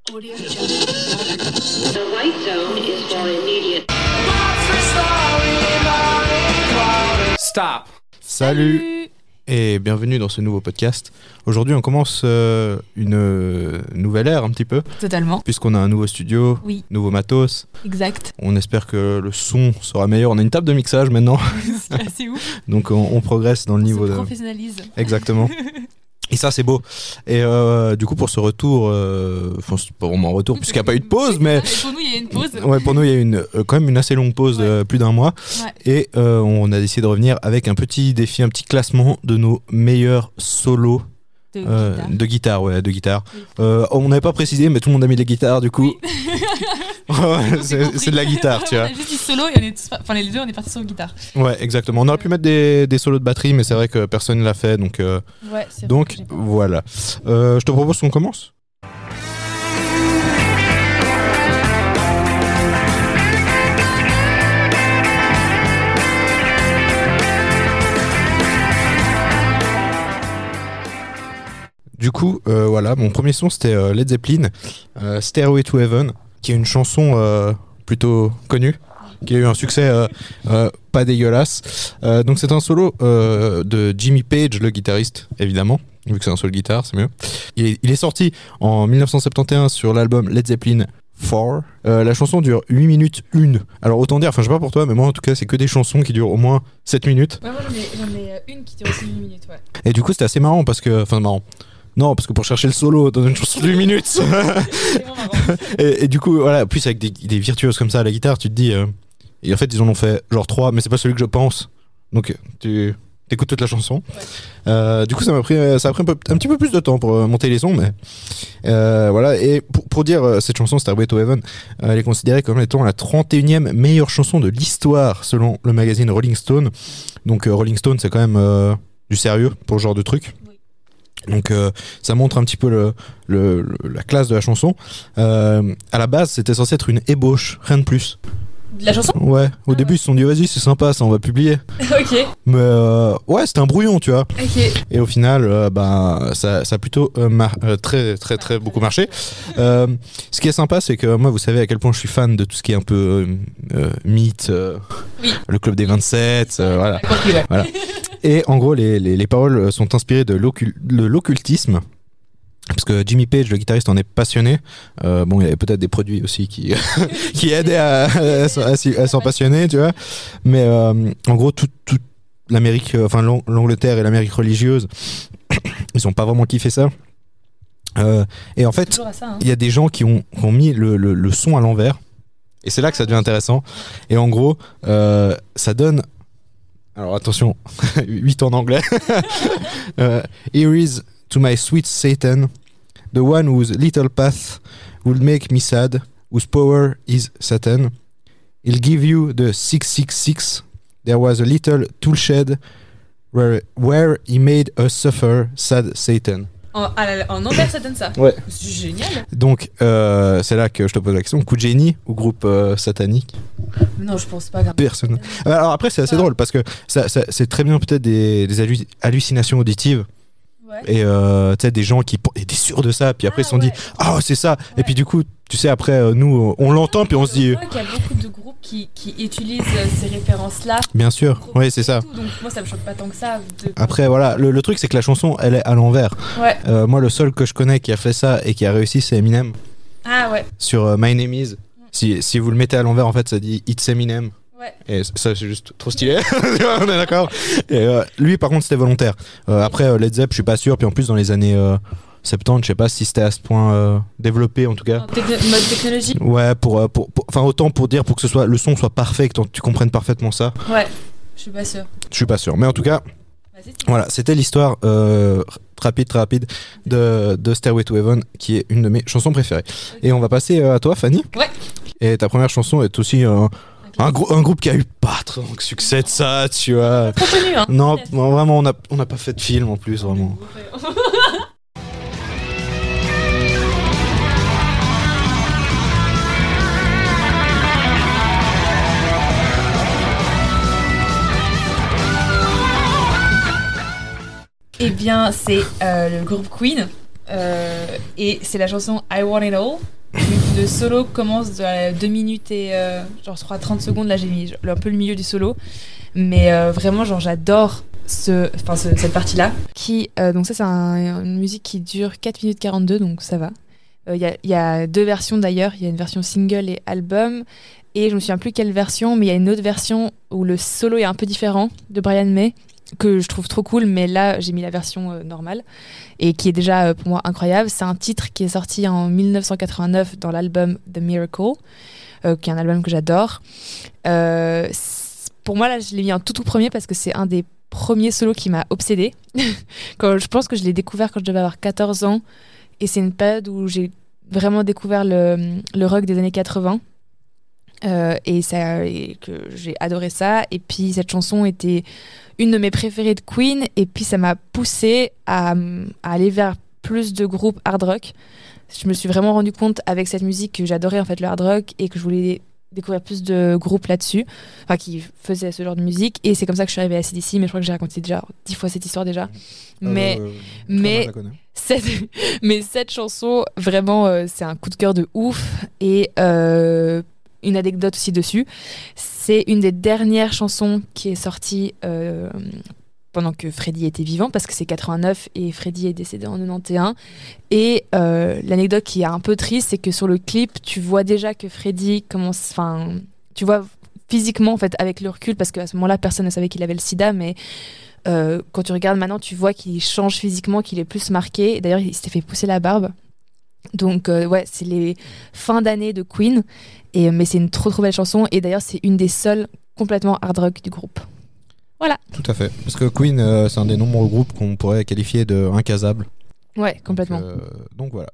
Audio Jungle. The white zone is for immediate. Stop. Salut et bienvenue dans ce nouveau podcast. Aujourd'hui on commence une nouvelle ère un petit peu. Totalement. Puisqu'on a un nouveau studio, Oui. nouveau matos. Exact. On espère que le son sera meilleur. On a une table de mixage maintenant. C'est assez ouf. Donc on progresse dans le niveau On se de... professionnalise. Exactement. Et ça c'est beau. Et du coup pour ce retour, enfin c'est pas vraiment un retour puisqu'il n'y a pas eu de pause, mais... Pour nous, il y a une pause. Ouais, pour nous il y a eu quand même une assez longue pause de plus d'un mois. Ouais. Et on a décidé de revenir avec un petit défi, un petit classement de nos meilleurs solos de guitare. Oui. On n'avait pas précisé, mais tout le monde a mis les guitares du coup. Oui. Ouais, c'est de la guitare, tu vois. On a juste dit solo et on est tous, enfin les deux, on est partis sur guitare. Ouais, exactement. On aurait pu mettre des solos de batterie, mais c'est vrai que personne ne l'a fait, donc Ouais, c'est vrai donc que j'ai pas- voilà. Je te propose qu'on commence. Du coup, voilà, mon premier son c'était Led Zeppelin, Stairway to Heaven, qui est une chanson plutôt connue, qui a eu un succès pas dégueulasse. Donc c'est un solo de Jimmy Page, le guitariste, évidemment, vu que c'est un solo guitare, c'est mieux. Il est sorti en 1971 sur l'album Led Zeppelin 4. La chanson dure 8 minutes 1. Alors autant dire, enfin je sais pas pour toi, mais moi en tout cas c'est que des chansons qui durent au moins 7 minutes. Ouais, moi j'en ai une qui dure aussi 8 minutes, ouais. Et du coup c'était assez marrant parce que... Enfin marrant. Non, parce que pour chercher le solo dans une chanson de 8 minutes. C'est vraiment marrant. et du coup, voilà, plus avec des virtuoses comme ça à la guitare, tu te dis... et en fait, ils en ont fait genre 3, mais c'est pas celui que je pense. Donc, tu écoutes toute la chanson. Du coup, ça a pris un petit peu plus de temps pour monter les sons, mais... voilà, et pour dire, cette chanson, Stairway to Heaven, elle est considérée comme étant la 31e meilleure chanson de l'histoire, selon le magazine Rolling Stone. Donc, Rolling Stone, c'est quand même du sérieux pour ce genre de truc. Donc ça montre un petit peu la classe de la chanson. À la base, c'était censé être une ébauche, rien de plus. De la chanson. Ouais, au début ils se sont dit vas-y c'est sympa ça, on va publier. Ok. Mais ouais, c'était un brouillon, tu vois. Ok. Et au final, ça a plutôt très beaucoup marché. Ce qui est sympa, c'est que moi, vous savez à quel point je suis fan de tout ce qui est un peu mythe, Oui. le club des 27, voilà. Compris, ouais. Voilà. Et en gros, les paroles sont inspirées de l'occultisme. Parce que Jimmy Page, le guitariste, en est passionné. Bon, il y avait peut-être des produits aussi qui aidaient à s'en passionner, tu vois. Mais en gros, toute l'Amérique, enfin l'Angleterre et l'Amérique religieuse, ils ont pas vraiment kiffé ça. Et en fait, Toujours à ça, hein. il y a des gens qui ont mis le son à l'envers. Et c'est là que ça devient intéressant. Et en gros, ça donne... Alors attention, 8 en anglais. Here is to my sweet Satan, the one whose little path will make me sad, whose power is Satan. He'll give you the 666. There was a little tool shed where he made us suffer, sad Satan. En anglais, ça donne ça. Ouais. C'est génial. Donc c'est là que je te pose la question. Coup de génie ou groupe satanique? Non, je pense pas. Grave. Personne. Alors après c'est assez drôle parce que ça c'est très bien peut-être des hallucinations auditives. Ouais. Et tu sais des gens qui étaient sûrs de ça puis après ils se sont dit ah c'est ça et puis du coup tu sais après nous on l'entend puis on se dit Je vois qu'il y a beaucoup de groupes qui utilisent ces références-là. bien sûr oui c'est ça. Donc moi ça me choque pas tant que ça. Après voilà le truc c'est que la chanson elle est à l'envers. Ouais. Moi le seul que je connais qui a fait ça et qui a réussi c'est Eminem Ah ouais. sur My Name Is. Si vous le mettez à l'envers en fait ça dit It's Eminem. Ouais. Et ça c'est juste trop stylé. On est d'accord. Et lui par contre c'était volontaire. Après Led Zepp je suis pas sûr puis en plus dans les années 70 je sais pas si c'était à ce point développé en tout cas. Mode technologie. Ouais enfin autant pour dire pour que le son soit parfait que tu comprennes parfaitement ça. Ouais. Je suis pas sûre. Je suis pas sûr mais en tout cas Vas-y. voilà c'était l'histoire très rapide de Stairway to Heaven qui est une de mes chansons préférées. Et on va passer à toi Fanny. Ouais. Et ta première chanson est aussi un groupe qui a eu pas trop de succès de ça, tu vois. Trop connu, hein. Non, vraiment, on n'a pas fait de film en plus, vraiment. Eh bien, c'est le groupe Queen. Et c'est la chanson I Want It All. Le solo commence à 2 minutes et genre je crois 30 secondes. Là j'ai mis un peu le milieu du solo. Mais vraiment genre j'adore cette partie-là. Donc ça c'est une musique qui dure 4 minutes 42, donc ça va. Il y a 2 versions d'ailleurs. Il y a une version single et album. Et je me souviens plus quelle version, mais il y a une autre version où le solo est un peu différent de Brian May, que je trouve trop cool, mais là j'ai mis la version normale et qui est déjà pour moi incroyable. C'est un titre qui est sorti en 1989 dans l'album The Miracle, qui est un album que j'adore. Pour moi là je l'ai mis en tout premier parce que c'est un des premiers solos qui m'a obsédée. Je pense que je l'ai découvert quand je devais avoir 14 ans et c'est une période où j'ai vraiment découvert le rock des années 80. Et que j'ai adoré ça. Et puis cette chanson était une de mes préférées de Queen. Et puis ça m'a poussée à aller vers plus de groupes hard rock. Je me suis vraiment rendu compte avec cette musique que j'adorais en fait le hard rock et que je voulais découvrir plus de groupes là-dessus, enfin qui faisaient ce genre de musique. Et c'est comme ça que je suis arrivée à AC/DC. Mais je crois que j'ai raconté déjà 10 fois cette histoire déjà. Mais cette chanson vraiment c'est un coup de cœur de ouf. Et une anecdote aussi dessus, c'est une des dernières chansons qui est sortie pendant que Freddie était vivant, parce que c'est 89 et Freddie est décédé en 91. Et l'anecdote qui est un peu triste, c'est que sur le clip, tu vois déjà que Freddie commence, enfin, tu vois physiquement en fait avec le recul, parce qu'à ce moment-là, personne ne savait qu'il avait le sida, mais quand tu regardes maintenant, tu vois qu'il change physiquement, qu'il est plus marqué. Et d'ailleurs, il s'était fait pousser la barbe. Donc ouais, c'est les fins d'année de Queen, mais c'est une trop belle chanson, et d'ailleurs c'est une des seules complètement hard rock du groupe. Voilà. Tout à fait, parce que Queen c'est un des nombreux groupes qu'on pourrait qualifier de incasables. Ouais, complètement. Donc voilà.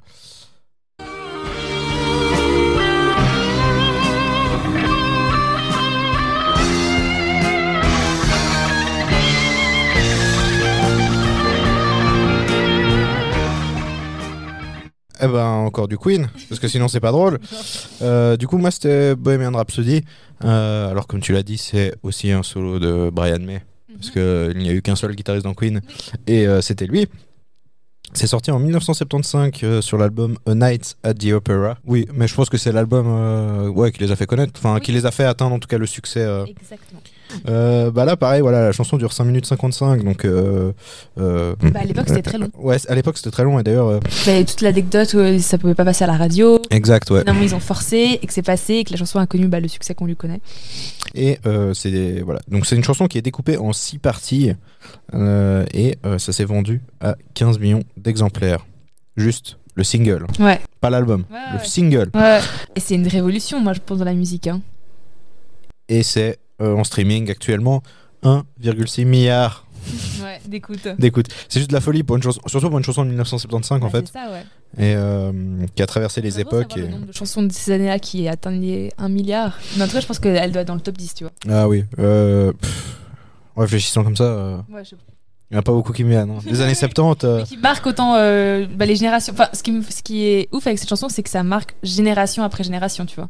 Eh ben encore du Queen, parce que sinon c'est pas drôle. Du coup moi c'était Bohemian Rhapsody. Alors comme tu l'as dit, c'est aussi un solo de Brian May, parce qu'il n'y a eu qu'un seul guitariste dans Queen, et c'était lui. C'est sorti en 1975 sur l'album A Night at the Opera. Oui, mais je pense que c'est l'album qui les a fait connaître, enfin qui les a fait atteindre en tout cas le succès. Exactement. Bah là pareil, voilà, la chanson dure 5 minutes 55, donc à l'époque c'était très long. Ouais, à l'époque c'était très long, et d'ailleurs toute l'anecdote où ça pouvait pas passer à la radio. Exact, ouais. Finalement ils ont forcé et que c'est passé et que la chanson a connu le succès qu'on lui connaît. Et donc c'est une chanson qui est découpée en 6 parties, et ça s'est vendu à 15 millions d'exemplaires. Juste le single, ouais. Pas l'album, le single. Ouais. Et c'est une révolution, moi je pense, dans la musique. Et c'est en streaming actuellement 1,6 milliard d'écoute. C'est juste de la folie pour une chanson, surtout pour une chanson de 1975 en fait. C'est ça, ouais. Et qui a traversé les époques. Le nombre de chansons de ces années-là qui atteint les 1 milliard. Mais en tout cas, je pense qu'elle doit être dans le top 10, tu vois. Ah oui. En réfléchissant comme ça. Ouais, je sais pas. Il n'y en a pas beaucoup qui me viennent. Des années 70. Mais qui marque autant les générations. Enfin, ce qui est ouf avec cette chanson, c'est que ça marque génération après génération, tu vois.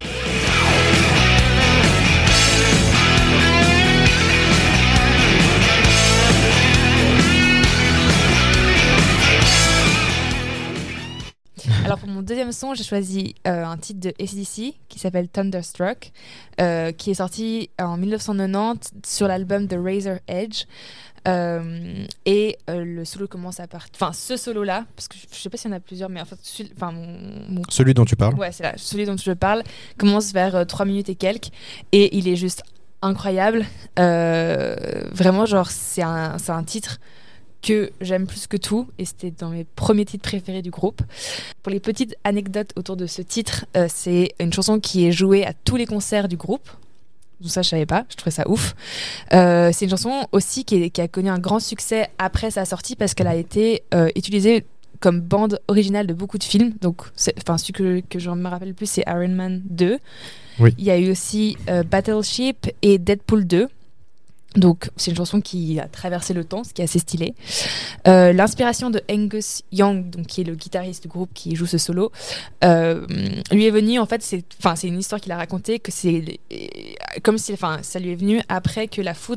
Alors pour mon deuxième son, j'ai choisi un titre de AC/DC qui s'appelle Thunderstruck, qui est sorti en 1990 sur l'album The Razor Edge. Et le solo commence à partir. Enfin, ce solo-là, parce que je sais pas s'il y en a plusieurs, mais en fait, celui dont tu parles. Ouais, c'est là. Celui dont je parle commence vers 3 minutes et quelques, et il est juste incroyable. Vraiment, genre, c'est un titre que j'aime plus que tout, et c'était dans mes premiers titres préférés du groupe. Pour les petites anecdotes autour de ce titre, c'est une chanson qui est jouée à tous les concerts du groupe. Donc ça, je savais pas, je trouvais ça ouf. C'est une chanson aussi qui a connu un grand succès après sa sortie, parce qu'elle a été utilisée comme bande originale de beaucoup de films. Donc, celui que je me rappelle le plus, c'est Iron Man 2. Oui. Il y a eu aussi Battleship et Deadpool 2. Donc c'est une chanson qui a traversé le temps, ce qui est assez stylé. L'inspiration de Angus Young, donc qui est le guitariste du groupe qui joue ce solo, lui est venue, en fait, c'est une histoire qu'il a racontée, que c'est comme si, ça lui est venu après que la foudre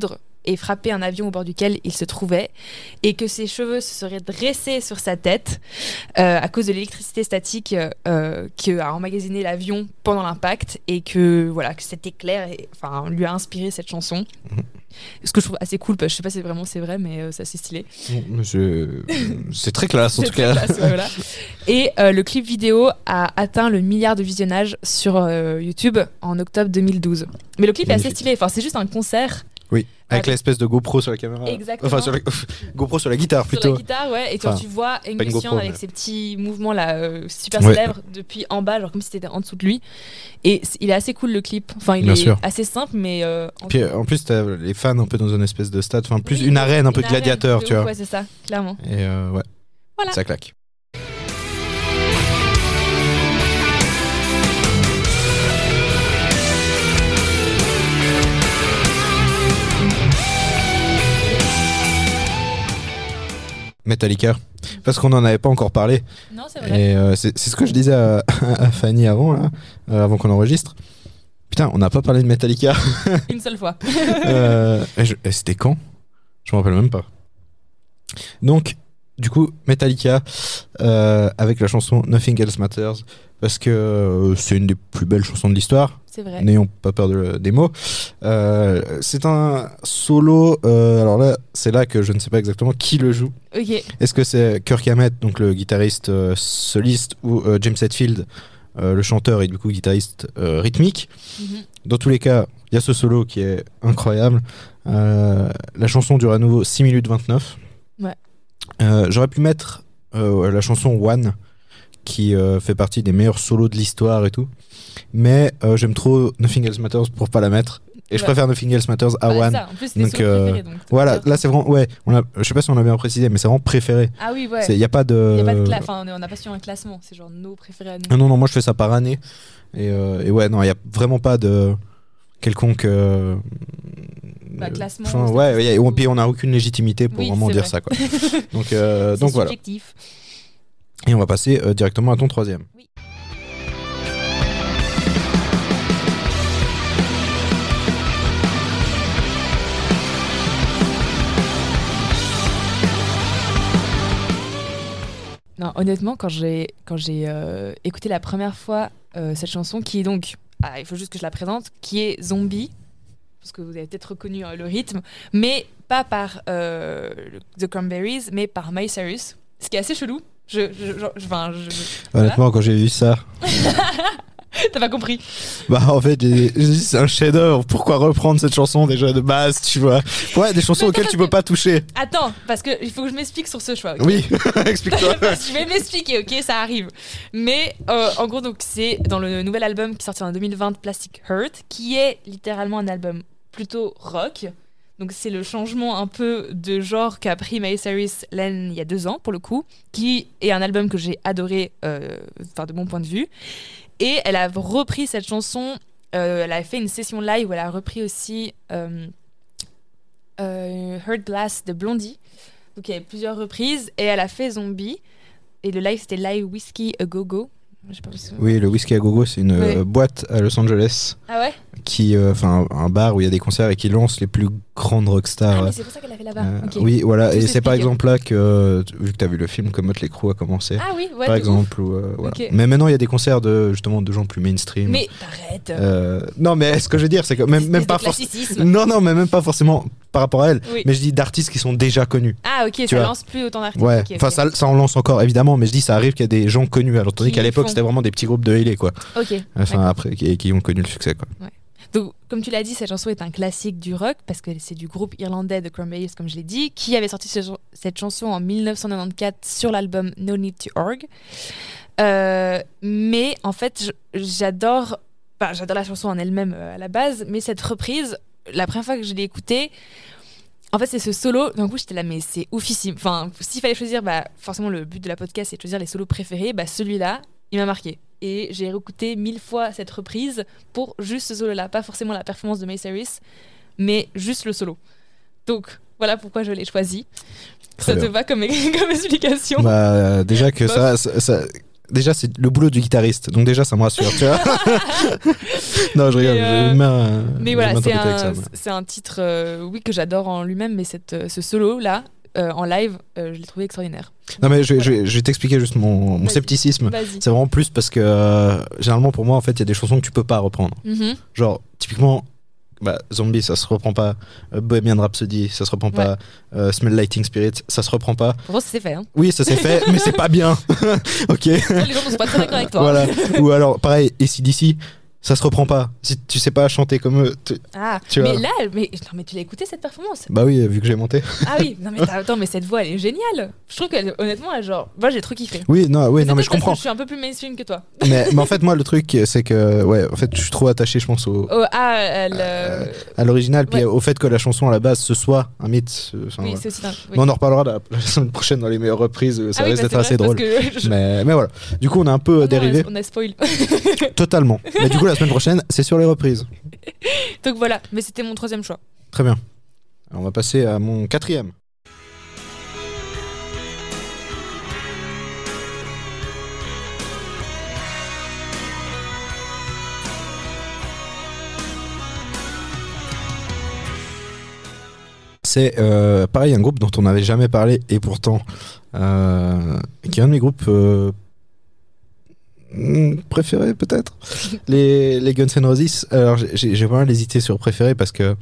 et frappé un avion au bord duquel il se trouvait, et que ses cheveux se seraient dressés sur sa tête à cause de l'électricité statique qui a emmagasiné l'avion pendant l'impact, et que voilà, que cet éclair lui a inspiré cette chanson. Ce que je trouve assez cool, parce que je sais pas si vraiment c'est vrai, mais c'est assez stylé. C'est très classe en tout cas. Classe, ouais, voilà. Et le clip vidéo a atteint le 1 milliard de visionnages sur YouTube en octobre 2012. Mais le clip est assez stylé, enfin, c'est juste un concert. Oui, avec l'espèce de GoPro sur la caméra. Exactement. Enfin, GoPro sur la guitare plutôt. Sur la guitare, ouais. Et toi, tu vois Angus Young avec ses petits mouvements là, super Ouais. célèbres depuis en bas, genre comme si t'étais en dessous de lui. Et il est assez cool le clip. Enfin, il Bien est sûr. assez simple, mais. Puis en plus, t'as les fans un peu dans une espèce de stade, enfin plus Oui, une arène un peu une gladiateur, arène de tu ouf, vois. Ouais, c'est ça, clairement. Et ouais, Voilà. ça claque. Metallica, parce qu'on n'en avait pas encore parlé. Non, c'est vrai. Et c'est ce que je disais à Fanny avant, là, avant qu'on enregistre. Putain, on n'a pas parlé de Metallica. Une seule fois. Et c'était quand? Je me rappelle même pas. Donc, du coup, Metallica avec la chanson Nothing Else Matters, parce que c'est une des plus belles chansons de l'histoire. C'est vrai. N'ayons pas peur des mots. C'est un solo. Alors là, c'est là que je ne sais pas exactement qui le joue. Ok. Est-ce que c'est Kirk Hammett, donc le guitariste soliste, ou James Hetfield, le chanteur et du coup guitariste rythmique? Dans tous les cas, il y a ce solo qui est incroyable. La chanson dure à nouveau 6 minutes 29. Ouais. J'aurais pu mettre la chanson One, qui fait partie des meilleurs solos de l'histoire et tout. Mais j'aime trop Nothing Else Matters pour pas la mettre. Et je préfère Nothing Else Matters à One. Ça. En plus, c'est Donc, préféré, donc voilà, là c'est vraiment. Ouais, je sais pas si on a bien précisé, mais c'est vraiment préféré. Ah oui, ouais. Il n'y a pas de. Il n'y a pas de enfin, on n'a pas su un classement. C'est genre nos préférés à nous. Ah non, moi je fais ça par année. Et ouais, non, il n'y a vraiment pas de quelconque. Classement. Ouais, et puis on n'a aucune légitimité pour vraiment dire ça, quoi. Donc voilà. Subjectif. Et on va passer directement à ton troisième. Oui. Non, honnêtement, quand j'ai écouté la première fois cette chanson, qui est donc, il faut juste que je la présente, qui est Zombie, parce que vous avez peut-être reconnu le rythme, mais pas par The Cranberries, mais par Miley Cyrus, ce qui est assez chelou. Honnêtement, quand j'ai vu ça. T'as pas compris? Bah en fait j'ai dit c'est un chef-d'œuvre, pourquoi reprendre cette chanson déjà de base, tu vois? Ouais, des chansons auxquelles tu peux pas toucher. Attends, parce qu'il faut que je m'explique sur ce choix. Okay? Oui, explique-toi. Je vais m'expliquer, ok, ça arrive. Mais en gros, donc c'est dans le nouvel album qui est sorti en 2020, Plastic Heart, qui est littéralement un album plutôt rock. Donc c'est le changement un peu de genre qu'a pris Miley Cyrus il y a 2 ans pour le coup, qui est un album que j'ai adoré, de mon point de vue. Et elle a repris cette chanson, elle a fait une session live où elle a repris aussi Heart Glass de Blondie. Donc il y avait plusieurs reprises et elle a fait Zombie. Et le live c'était Live Whiskey A Go Go. Je sais pas si oui, le Whiskey à Gogo, c'est une boîte à Los Angeles. Ah ouais? Qui, un bar où il y a des concerts et qui lance les plus grandes rockstars. Ah mais c'est pour ça qu'elle a fait là-bas. Okay. Oui, voilà. Tout et c'est par s'explique. exemple là que, vu que tu as vu le film, que Motley Crue a commencé. Ah oui, ouais. Par exemple. Voilà. Okay. Mais maintenant, il y a des concerts de gens plus mainstream. Mais t'arrêtes. Non, mais ce que je veux dire, c'est que même pas forcément. Non, mais même pas forcément par rapport à elle. Oui. Mais je dis d'artistes qui sont déjà connus. Ah ok, ça lance plus autant d'artistes. Ouais. Okay, enfin, ça en lance encore évidemment, mais je dis ça arrive qu'il y a des gens connus. Alors tandis qu'à l'époque, c'était vraiment des petits groupes de Haley, quoi. Ok. Enfin, après, qui ont connu le succès, quoi. Ouais. Donc, comme tu l'as dit, cette chanson est un classique du rock parce que c'est du groupe irlandais The Cranberries, comme je l'ai dit, qui avait sorti cette chanson en 1994 sur l'album No Need to Org. Mais en fait, j'adore la chanson en elle-même à la base, mais cette reprise, la première fois que je l'ai écoutée, en fait, c'est ce solo. D'un coup, j'étais là, mais c'est oufissime. Enfin, s'il fallait choisir, forcément, le but de la podcast, c'est de choisir les solos préférés. Celui-là, il m'a marqué. Et j'ai réécouté 1000 fois cette reprise pour juste ce solo-là. Pas forcément la performance de Miley Cyrus, mais juste le solo. Donc, voilà pourquoi je l'ai choisi. Ça te va comme explication? Déjà que ça, déjà c'est le boulot du guitariste, donc déjà ça me rassure, tu vois. Non, je rigole. Mais voilà, c'est un titre, oui, que j'adore en lui-même, mais ce solo là. En live, je l'ai trouvé extraordinaire. Non mais je vais t'expliquer juste mon scepticisme. Vas-y. C'est vraiment plus parce que généralement pour moi en fait il y a des chansons que tu peux pas reprendre. Genre typiquement Zombie ça se reprend pas, Bohemian Rhapsody ça se reprend pas, Smell Like Teen Spirit ça se reprend pas. Pourtant ça s'est fait hein. Oui ça s'est fait mais c'est pas bien. Ok. Les gens ne sont pas très d'accord avec toi. Voilà. Ou alors pareil AC/DC ça se reprend pas. Si tu sais pas chanter comme eux. Tu mais vois. là, mais tu l'as écouté cette performance? Bah oui, vu que j'ai monté. Ah oui, non mais attends, mais cette voix elle est géniale. Je trouve qu'elle, honnêtement, moi j'ai trop kiffé. Oui, non, mais je comprends. Je suis un peu plus mainstream que toi. mais en fait, moi, le truc, c'est que, en fait, je suis trop attaché, je pense, à l'original, puis au fait que la chanson à la base ce soit un mythe. Oui, c'est aussi un. Oui. Mais on en reparlera la semaine prochaine dans les meilleures reprises. Ça risque d'être assez drôle. Mais voilà. Du coup, on a un peu dérivé. On a spoil. Totalement. Mais du coup, la semaine prochaine, c'est sur les reprises. Donc voilà, mais c'était mon 3e choix. Très bien. Alors, on va passer à mon 4e. C'est pareil un groupe dont on n'avait jamais parlé et pourtant qui est un de mes groupes préférés peut-être. les Guns N' Roses. Alors j'ai pas mal hésité sur préféré parce que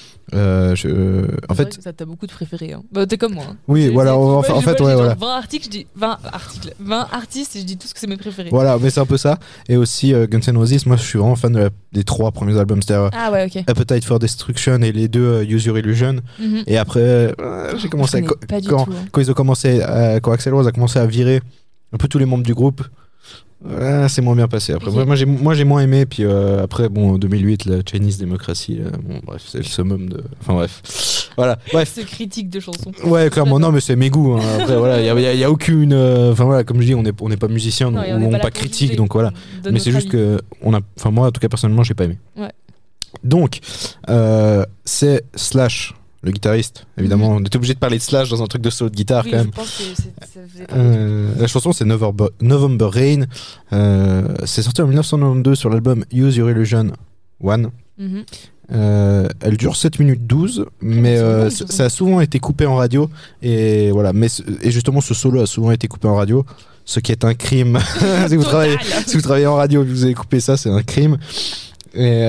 en fait ça t'a beaucoup de préférés hein. Bah, t'es comme moi hein. Oui voilà en fait ouais voilà 20 articles je dis 20 artistes et je dis tous que c'est mes préférés. Voilà mais c'est un peu ça. Et aussi Guns N' Roses, moi je suis vraiment fan des 3 premiers albums, c'est-à-dire Appetite for Destruction et les 2 Use Your Illusion. Et après j'ai commencé quand ils ont commencé quand Axl Rose a commencé à virer un peu tous les membres du groupe, c'est moins bien passé. Après, moi j'ai moins aimé. Puis après, bon, 2008, la Chinese Democracy, bon, bref, c'est le summum de. Enfin bref, voilà. Bref. Ce critique de chansons. Ouais, clairement, non, mais c'est mes goûts. Hein. Après, voilà, il y a aucune. Enfin voilà, comme je dis, on n'est pas musicien, ou on n'est pas critique, donc voilà. Mais c'est juste que enfin moi, en tout cas personnellement, j'ai pas aimé. Ouais. Donc, c'est Slash. Le guitariste, évidemment. On était obligé de parler de Slash dans un truc de solo de guitare, quand même. Je pense que ça faisait la chanson, c'est November Rain. C'est sorti en 1992 sur l'album Use Your Illusion 1. Elle dure 7 minutes 12, mais ça a souvent été coupé en radio. Et voilà. Et justement, ce solo a souvent été coupé en radio, ce qui est un crime. si vous travaillez en radio et que vous avez coupé ça, c'est un crime. Et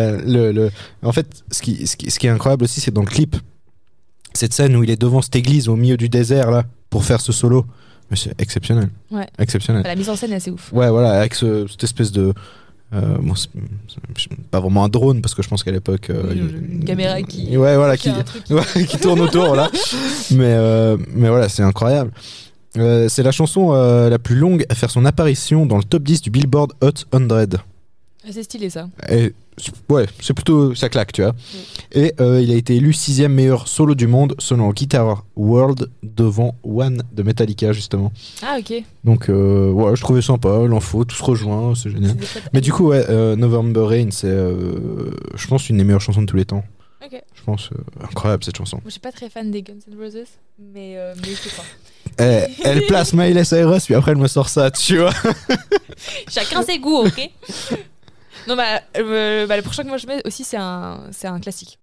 en fait, ce qui est incroyable aussi, c'est dans le clip, cette scène où il est devant cette église au milieu du désert là pour faire ce solo. Mais c'est exceptionnel. Ouais. Exceptionnel. La mise en scène est assez ouf. Ouais, voilà, avec cette espèce de bon, c'est pas vraiment un drone parce que je pense qu'à l'époque une caméra qui qui tourne autour là. Mais voilà, c'est incroyable. C'est la chanson la plus longue à faire son apparition dans le top 10 du Billboard Hot 100. C'est stylé ça. Et, ouais, c'est plutôt ça claque, tu vois. Et il a été élu 6e meilleur solo du monde selon Guitar World devant One de Metallica justement. Ah ok. Donc ouais, je trouvais sympa l'info, tout se rejoint, c'est génial. Mais du coup November Rain, c'est je pense une des meilleures chansons de tous les temps. Ok. Je pense incroyable cette chanson. Moi je suis pas très fan des Guns N' Roses, mais je sais pas. Elle place Miley Cyrus puis après elle me sort ça, tu vois. Chacun ses goûts, ok. Non le prochain que moi je mets aussi c'est un classique.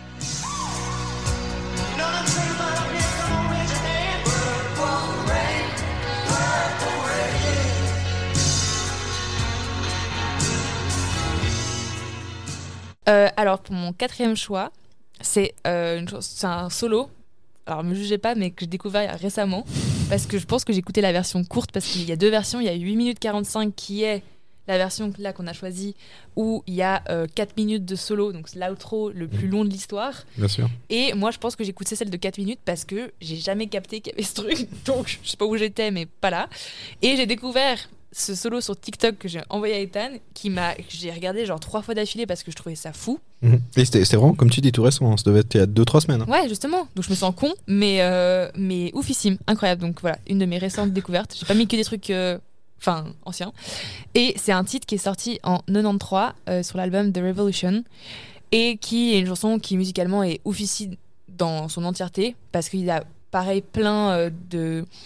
Alors pour mon 4e choix, c'est un solo. Alors me jugez pas, mais que j'ai découvert récemment parce que je pense que j'ai écouté la version courte parce qu'il y a 2 versions. Il y a 8 minutes 45 qui est la version là qu'on a choisie où il y a 4 minutes de solo, donc c'est l'outro le plus long de l'histoire. Bien sûr. Et moi je pense que j'écoutais celle de 4 minutes parce que j'ai jamais capté qu'il y avait ce truc, donc je sais pas où j'étais mais pas là. Et j'ai découvert ce solo sur TikTok que j'ai envoyé à Ethan, que j'ai regardé genre 3 fois d'affilée parce que je trouvais ça fou. Et c'était vraiment comme tu dis tout récent, hein. Ça devait être il y a 2-3 semaines. Hein. Ouais justement, donc je me sens con mais oufissime, incroyable. Donc voilà, une de mes récentes découvertes. J'ai pas mis que des trucs ancien. Et c'est un titre qui est sorti en 93 sur l'album The Revolution et qui est une chanson qui musicalement est oufissime dans son entièreté parce qu'il y a pareil plein de... Je sais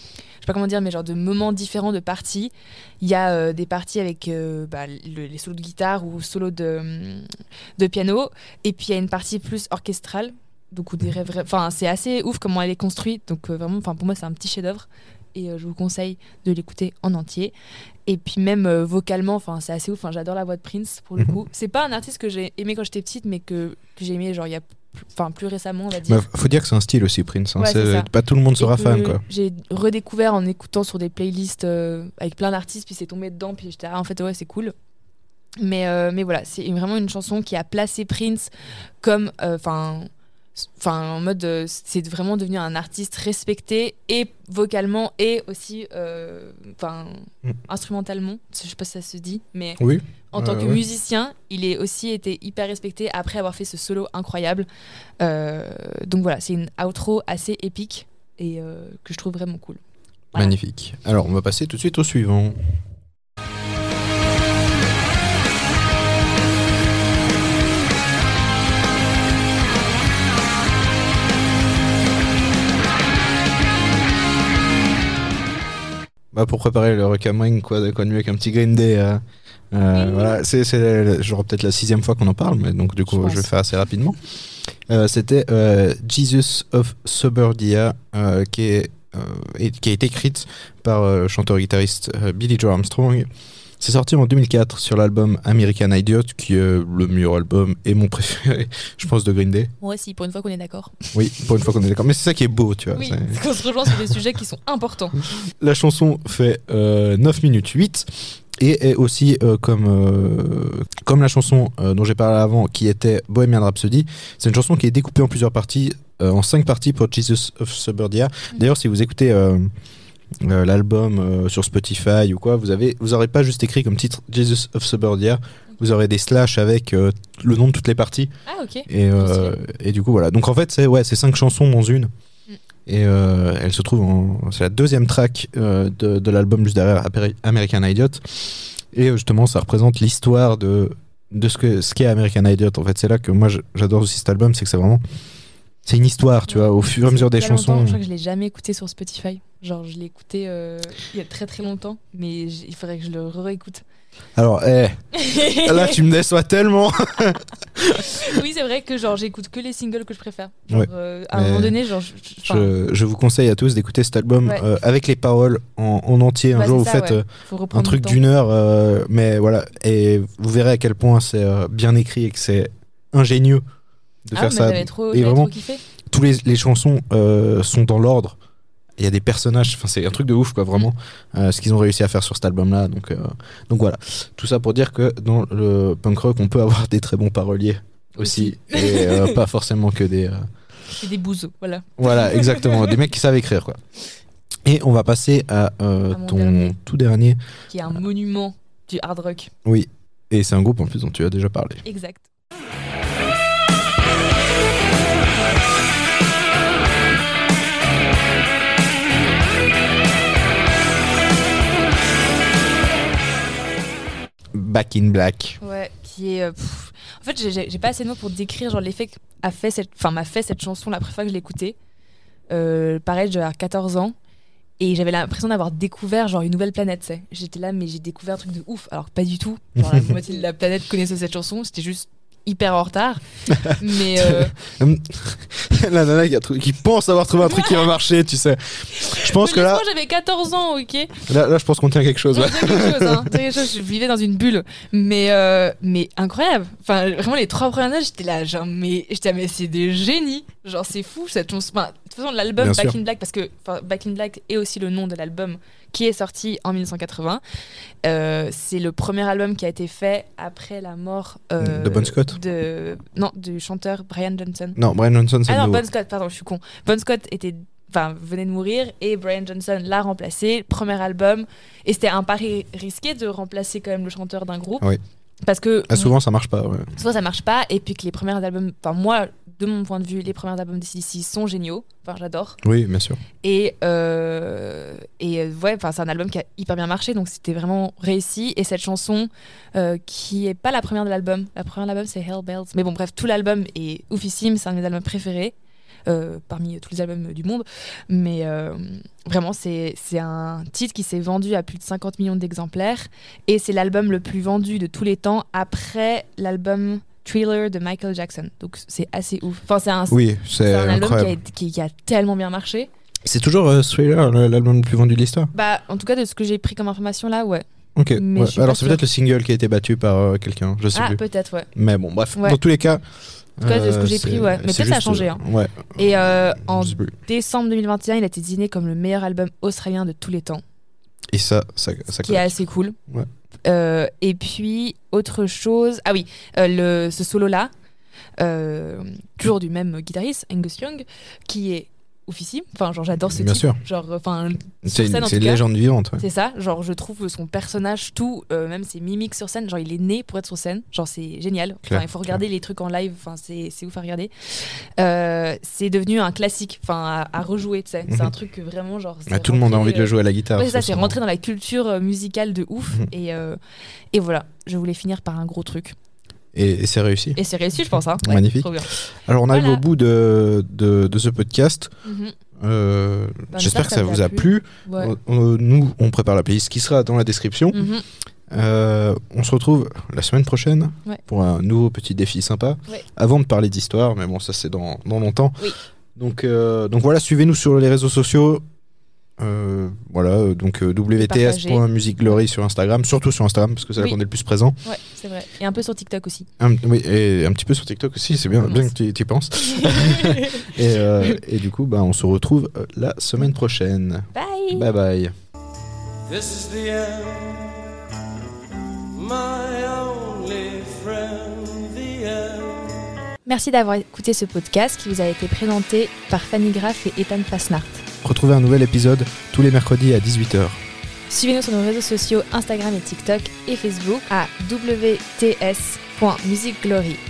pas comment dire, mais genre de moments différents de parties. Il y a des parties avec les solos de guitare ou solos de piano, et puis il y a une partie plus orchestrale. Donc c'est assez ouf comment elle est construite. Donc vraiment, pour moi, c'est un petit chef-d'œuvre. Et je vous conseille de l'écouter en entier. Et puis même vocalement, c'est assez ouf. J'adore la voix de Prince pour le coup. C'est pas un artiste que j'ai aimé quand j'étais petite, mais que j'ai aimé genre il y a plus récemment, on va dire. Faut dire que c'est un style aussi, Prince. Ouais, c'est pas tout le monde sera fan, quoi. J'ai redécouvert en écoutant sur des playlists avec plein d'artistes, puis c'est tombé dedans, puis j'étais en fait ouais, c'est cool. Mais voilà, c'est vraiment une chanson qui a placé Prince comme en mode c'est vraiment devenu un artiste respecté, et vocalement et aussi instrumentalement, je sais pas si ça se dit, mais oui. En tant que musicien, il est aussi été hyper respecté après avoir fait ce solo incroyable. Donc voilà, c'est une outro assez épique et que je trouve vraiment cool. Voilà. Magnifique. Alors on va passer tout de suite au suivant. Pour préparer le Recamoing, quoi de mieux qu'un petit Green Day. Voilà, c'est genre peut-être la 6e fois qu'on en parle, mais donc du coup je vais faire assez rapidement. C'était Jesus of Suburbia, qui a été écrite par le chanteur-guitariste Billy Joe Armstrong. C'est sorti en 2004 sur l'album American Idiot, qui est le meilleur album et mon préféré, je pense, de Green Day. Moi aussi, pour une fois qu'on est d'accord. Oui, pour une fois qu'on est d'accord. Mais c'est ça qui est beau, tu vois. Oui, c'est qu'on se rejoint sur des sujets qui sont importants. La chanson fait 9 minutes 8 et est aussi comme la chanson dont j'ai parlé avant, qui était Bohemian Rhapsody. C'est une chanson qui est découpée en plusieurs parties, en 5 parties pour Jesus of Suburbia. D'ailleurs, si vous écoutez l'album sur Spotify ou quoi, vous aurez pas juste écrit comme titre Jesus of Suburbia, vous aurez des slash avec le nom de toutes les parties. Ah ok. Et du coup voilà. Donc en fait c'est 5 chansons dans une. Et elle se trouve c'est la 2e track de l'album juste derrière American Idiot. Et justement ça représente l'histoire de ce qu'est American Idiot. En fait c'est là que moi j'adore aussi cet album, c'est que c'est une histoire, tu vois, au fur et à mesure des chansons. Je crois que je l'ai jamais écouté sur Spotify. Genre, je l'ai écouté il y a très très longtemps, mais il faudrait que je le réécoute. Alors, là, tu me déçois tellement. Oui, c'est vrai que genre j'écoute que les singles que je préfère. Genre, ouais. À un moment donné, genre, je vous conseille à tous d'écouter cet album avec les paroles en entier. Un jour, vous faites un truc d'1 heure, mais voilà, et vous verrez à quel point c'est bien écrit et que c'est ingénieux de faire ça. Et vraiment, trop kiffé. Tous les chansons sont dans l'ordre. Il y a des personnages, c'est un truc de ouf, quoi, vraiment, ce qu'ils ont réussi à faire sur cet album-là. Donc voilà, tout ça pour dire que dans le punk rock, on peut avoir des très bons paroliers aussi. Et pas forcément que des... Et des bouseux, voilà. Voilà, exactement, des mecs qui savent écrire, quoi. Et on va passer à ton tout dernier. Qui est un monument du hard rock. Oui, et c'est un groupe en plus dont tu as déjà parlé. Exact. Back in Black. Ouais, qui est... En fait, j'ai pas assez de mots pour décrire genre l'effet m'a fait cette chanson la première fois que je l'ai écoutée. Pareil, j'avais 14 ans. Et j'avais l'impression d'avoir découvert genre une nouvelle planète, tu sais. J'étais là, mais j'ai découvert un truc de ouf. Alors pas du tout. Genre la moitié de la planète connaissait cette chanson. C'était juste hyper en retard. Mais la nana qui pense avoir trouvé un truc qui va marcher, tu sais. Je pense que là... Moi j'avais 14 ans, ok. Là je pense qu'on tient quelque chose. Ouais. Je vivais dans une bulle. Mais incroyable. Enfin, vraiment, les 3 premières notes, j'étais là, genre, mais c'est des génies. Genre, c'est fou cette chanson. Enfin, de toute façon, l'album Bien Back sûr. in Black, parce que Back in Black est aussi le nom de l'album qui est sorti en 1980. C'est le premier album qui a été fait après la mort de Bon Scott. Du chanteur Brian Johnson. Non, Brian Johnson, c'est Bon Scott, pardon, je suis con. Bon Scott venait de mourir et Brian Johnson l'a remplacé, premier album, et c'était un pari risqué de remplacer quand même le chanteur d'un groupe. Oui. Parce que souvent ça marche pas. Ouais. Souvent ça marche pas, et puis que les premiers albums, moi de mon point de vue, les premiers albums d'ACDC sont géniaux, j'adore. Oui, bien sûr. Et c'est un album qui a hyper bien marché, donc c'était vraiment réussi. Et cette chanson qui est pas la première de l'album, la première de l'album c'est Hell Bells, mais bon bref, tout l'album est oufissime, c'est un de mes albums préférés. parmi tous les albums du monde. Mais vraiment, c'est un titre qui s'est vendu à plus de 50 millions d'exemplaires. Et c'est l'album le plus vendu de tous les temps après l'album Thriller de Michael Jackson. Donc c'est assez ouf. Enfin, c'est un album qui a tellement bien marché. C'est toujours Thriller, l'album le plus vendu de l'histoire? Bah, en tout cas, de ce que j'ai pris comme information là, ouais. Ok, Mais ouais. Alors c'est peut-être le single qui a été battu par quelqu'un, je sais plus. Peut-être, ouais. Mais bon, bref, Ouais. dans tous les cas. En tout cas, de ce que j'ai pris, ouais. Mais peut-être ça a changé. Hein. Ouais. Et en Je sais plus. décembre 2021, il a été désigné comme le meilleur album australien de tous les temps. Et ça Qui est assez cool. Ouais. Et puis, autre chose. Ah oui, ce solo-là, toujours du même guitariste, Angus Young, qui est oufissime. Enfin, genre, j'adore ce Bien type. sûr. Genre, enfin, C'est sur scène, en une tout cas. légende vivante. Ouais. C'est ça, genre je trouve son personnage, tout, même ses mimiques sur scène, genre il est né pour être sur scène, genre c'est génial. Clair, Enfin, il faut regarder les trucs en live, enfin c'est ouf à regarder. C'est devenu un classique, enfin à rejouer, tu sais. C'est un truc que vraiment genre. Tout le monde a envie de le jouer à la guitare. Ouais, c'est ça, c'est rentré dans la culture musicale de ouf. Et voilà, je voulais finir par un gros truc. Et c'est réussi. Et c'est réussi, je pense. Hein. Ouais, magnifique. trop bien. Alors on arrive Voilà. au bout de ce podcast. J'espère que ça vous a plu. Ouais. Nous, on prépare la playlist qui sera dans la description. On se retrouve la semaine prochaine pour un nouveau petit défi sympa. Ouais. Avant de parler d'histoire, mais bon, ça c'est dans longtemps. Oui. Donc voilà, suivez-nous sur les réseaux sociaux. Voilà, donc wts.musicglory sur Instagram, surtout sur Instagram parce que c'est là qu'on est le plus présent. Ouais, c'est vrai. Et un peu sur TikTok aussi. Oui, et un petit peu sur TikTok aussi, c'est bien que tu y penses. et du coup, on se retrouve la semaine prochaine. Bye. Bye bye. This is the end, my only friend, the end. Merci d'avoir écouté ce podcast qui vous a été présenté par Fanny Graff et Ethan Fasnart. Retrouvez un nouvel épisode tous les mercredis à 18h. Suivez-nous sur nos réseaux sociaux Instagram et TikTok et Facebook à wts.musicglory.